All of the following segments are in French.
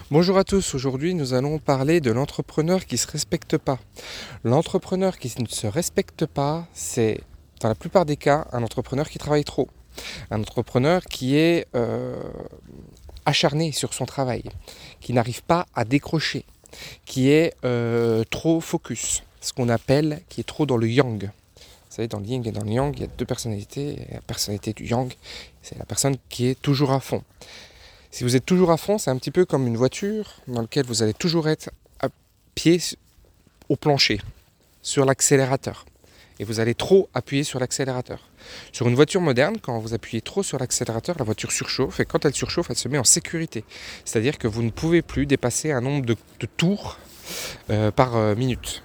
Bonjour à tous, aujourd'hui nous allons parler de l'entrepreneur qui ne se respecte pas. L'entrepreneur qui ne se respecte pas, c'est dans la plupart des cas un entrepreneur qui travaille trop. Un entrepreneur qui est acharné sur son travail, qui n'arrive pas à décrocher, qui est trop focus, ce qu'on appelle, qui est trop dans le yang. Vous savez, dans le yin et dans le yang, il y a deux personnalités. Et la personnalité du yang, c'est la personne qui est toujours à fond. Si vous êtes toujours à fond, c'est un petit peu comme une voiture dans laquelle vous allez toujours être à pied au plancher, sur l'accélérateur. Et vous allez trop appuyer sur l'accélérateur. Sur une voiture moderne, quand vous appuyez trop sur l'accélérateur, la voiture surchauffe. Et quand elle surchauffe, elle se met en sécurité. C'est-à-dire que vous ne pouvez plus dépasser un nombre de tours par minute.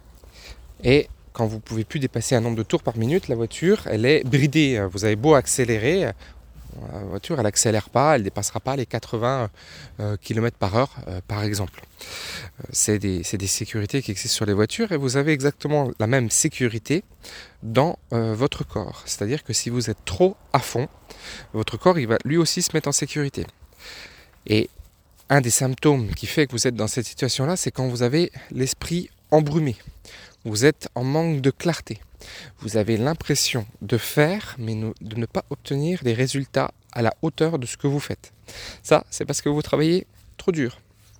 Et quand vous ne pouvez plus dépasser un nombre de tours par minute, la voiture, elle est bridée. Vous avez beau accélérer, la voiture, elle n'accélère pas, elle ne dépassera pas les 80 km par heure, par exemple. C'est des sécurités qui existent sur les voitures et vous avez exactement la même sécurité dans votre corps. C'est-à-dire que si vous êtes trop à fond, votre corps, il va lui aussi se mettre en sécurité. Et un des symptômes qui fait que vous êtes dans cette situation-là, c'est quand vous avez l'esprit embrumé. Vous êtes en manque de clarté. Vous avez l'impression de faire, mais de ne pas obtenir les résultats à la hauteur de ce que vous faites. Ça, c'est parce que vous travaillez trop dur.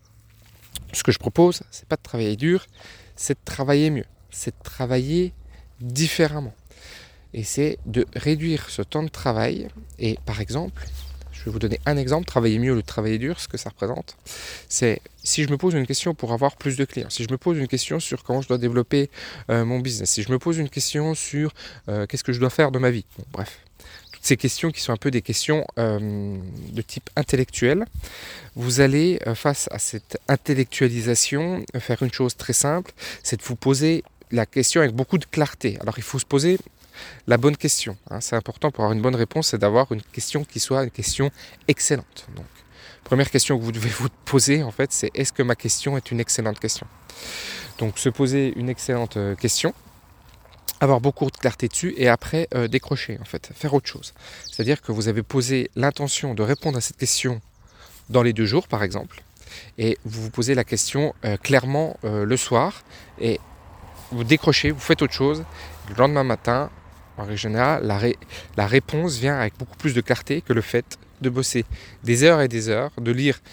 Ce que je propose, c'est pas de travailler dur, c'est de travailler mieux. C'est de travailler différemment. Et c'est de réduire ce temps de travail. Et par exemple, je vais vous donner un exemple, travailler mieux ou de travailler dur, ce que ça représente. C'est si je me pose une question pour avoir plus de clients, si je me pose une question sur comment je dois développer mon business, si je me pose une question sur qu'est-ce que je dois faire de ma vie. Bon, bref, toutes ces questions qui sont un peu des questions de type intellectuel, vous allez, face à cette intellectualisation, faire une chose très simple, c'est de vous poser la question avec beaucoup de clarté. Alors il faut se poser la bonne question. C'est important pour avoir une bonne réponse, c'est d'avoir une question qui soit une question excellente. Donc, première question que vous devez vous poser, en fait, c'est est-ce que ma question est une excellente question ? Donc, se poser une excellente question, avoir beaucoup de clarté dessus et après décrocher, en fait, faire autre chose. C'est-à-dire que vous avez posé l'intention de répondre à cette question dans les 2 jours, par exemple, et vous vous posez la question clairement le soir et vous décrochez, vous faites autre chose. Le lendemain matin, en règle générale, la réponse vient avec beaucoup plus de clarté que le fait de bosser des heures et des heures, de lire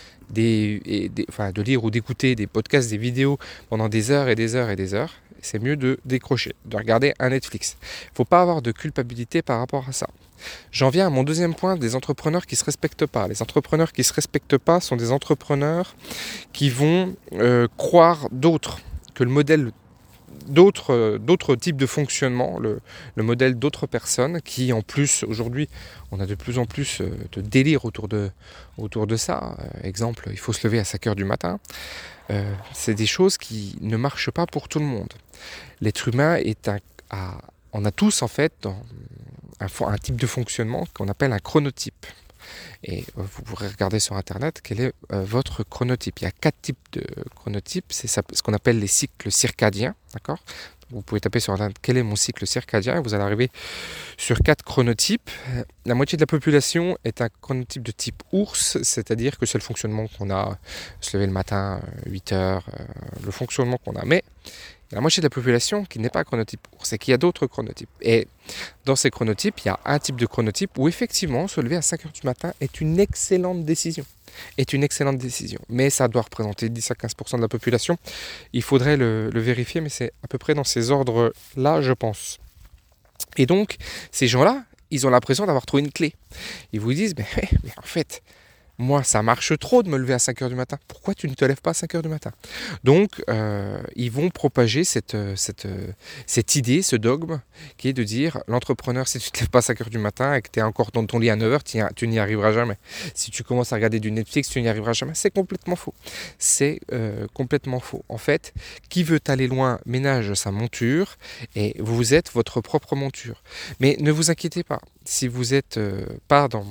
de lire ou d'écouter des podcasts, des vidéos pendant des heures et des heures et des heures. C'est mieux de décrocher, de regarder un Netflix. Il ne faut pas avoir de culpabilité par rapport à ça. J'en viens à mon deuxième point, des entrepreneurs qui ne se respectent pas. Les entrepreneurs qui ne se respectent pas sont des entrepreneurs qui vont croire que le modèle d'autres types de fonctionnement, le modèle d'autres personnes qui en plus aujourd'hui on a de plus en plus de délire autour de ça. Exemple, il faut se lever à 5 heures du matin. C'est des choses qui ne marchent pas pour tout le monde. L'être humain on a tous en fait un type de fonctionnement qu'on appelle un chronotype. Et vous pourrez regarder sur internet quel est votre chronotype. Il y a 4 types de chronotypes, c'est ce qu'on appelle les cycles circadiens, d'accord ? Vous pouvez taper sur internet quel est mon cycle circadien et vous allez arriver sur 4 chronotypes. La moitié de la population est un chronotype de type ours, c'est-à-dire que c'est le fonctionnement qu'on a, se lever le matin, 8 heures, le fonctionnement qu'on a. Mais il y a la moitié de la population qui n'est pas un chronotype ours, c'est qu'il y a d'autres chronotypes. Et dans ces chronotypes, il y a un type de chronotype où effectivement se lever à 5 heures du matin est une excellente décision. Mais ça doit représenter 10 à 15% de la population. Il faudrait le vérifier, mais c'est à peu près dans ces ordres-là, je pense. Et donc, ces gens-là, ils ont l'impression d'avoir trouvé une clé. Ils vous disent, mais en fait, moi, ça marche trop de me lever à 5 heures du matin. Pourquoi tu ne te lèves pas à 5 heures du matin ? Donc, ils vont propager cette idée, ce dogme, qui est de dire, l'entrepreneur, si tu ne te lèves pas à 5 heures du matin et que tu es encore dans ton lit à 9 heures, tu n'y arriveras jamais. Si tu commences à regarder du Netflix, tu n'y arriveras jamais. C'est complètement faux. C'est complètement faux. En fait, qui veut aller loin ménage sa monture et vous êtes votre propre monture. Mais ne vous inquiétez pas. Si vous n'êtes pas dans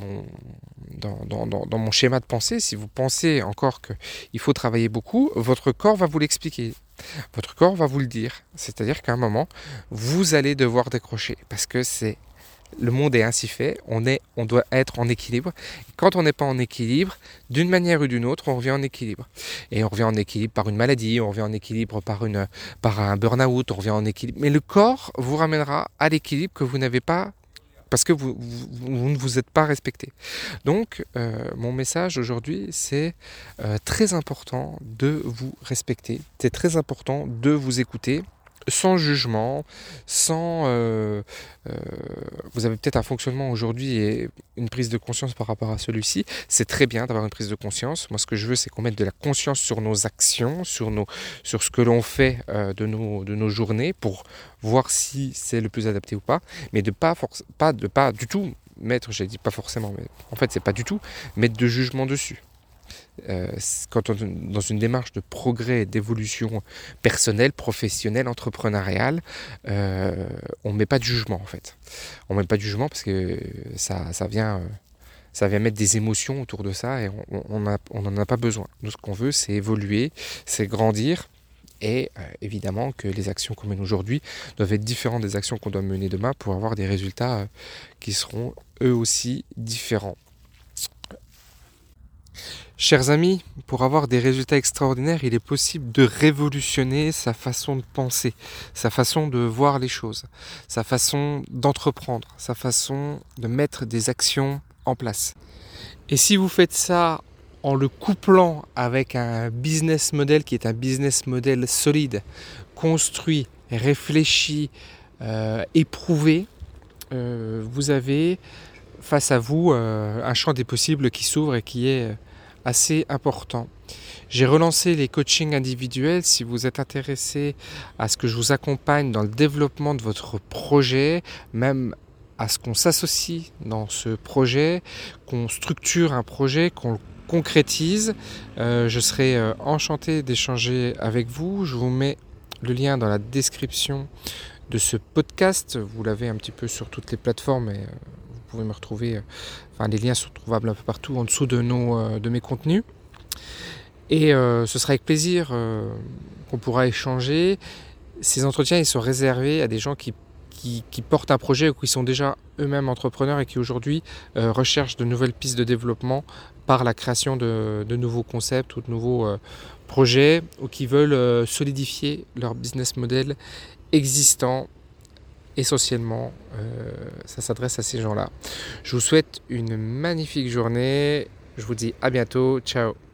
mon schéma de pensée, si vous pensez encore qu'il faut travailler beaucoup, votre corps va vous l'expliquer. Votre corps va vous le dire. C'est-à-dire qu'à un moment, vous allez devoir décrocher parce que c'est Le monde est ainsi fait, on doit être en équilibre. Et quand on n'est pas en équilibre, d'une manière ou d'une autre, on revient en équilibre. Et on revient en équilibre par une maladie, on revient en équilibre par un burn-out, on revient en équilibre. Mais le corps vous ramènera à l'équilibre que vous n'avez pas parce que vous ne vous êtes pas respecté. Donc, mon message aujourd'hui, c'est très important de vous respecter. C'est très important de vous écouter sans jugement, vous avez peut-être un fonctionnement aujourd'hui et une prise de conscience par rapport à celui-ci. C'est très bien d'avoir une prise de conscience. Moi, ce que je veux, c'est qu'on mette de la conscience sur nos actions, sur ce que l'on fait de nos journées pour voir si c'est le plus adapté ou pas, mais de pas du tout mettre, j'ai dit pas forcément, mais en fait, c'est pas du tout mettre de jugement dessus. Quand on est dans une démarche de progrès, d'évolution personnelle, professionnelle, entrepreneuriale, on ne met pas de jugement en fait. On ne met pas de jugement parce que ça vient mettre des émotions autour de ça et on n'en a pas besoin. Nous, ce qu'on veut, c'est évoluer, c'est grandir. Et évidemment que les actions qu'on mène aujourd'hui doivent être différentes des actions qu'on doit mener demain pour avoir des résultats qui seront eux aussi différents. Chers amis, pour avoir des résultats extraordinaires, il est possible de révolutionner sa façon de penser, sa façon de voir les choses, sa façon d'entreprendre, sa façon de mettre des actions en place. Et si vous faites ça en le couplant avec un business model qui est un business model solide, construit, réfléchi, éprouvé, vous avez face à vous un champ des possibles qui s'ouvre et qui est assez important. J'ai relancé les coachings individuels. Si vous êtes intéressé à ce que je vous accompagne dans le développement de votre projet, même à ce qu'on s'associe dans ce projet, qu'on structure un projet, qu'on le concrétise, je serai enchanté d'échanger avec vous. Je vous mets le lien dans la description de ce podcast. Vous l'avez un petit peu sur toutes les plateformes et vous pouvez me retrouver, les liens sont trouvables un peu partout en dessous de mes contenus. Et ce sera avec plaisir qu'on pourra échanger. Ces entretiens, ils sont réservés à des gens qui portent un projet ou qui sont déjà eux-mêmes entrepreneurs et qui aujourd'hui recherchent de nouvelles pistes de développement par la création de nouveaux concepts ou de nouveaux projets ou qui veulent solidifier leur business model existant. Essentiellement, ça s'adresse à ces gens-là. Je vous souhaite une magnifique journée. Je vous dis à bientôt. Ciao.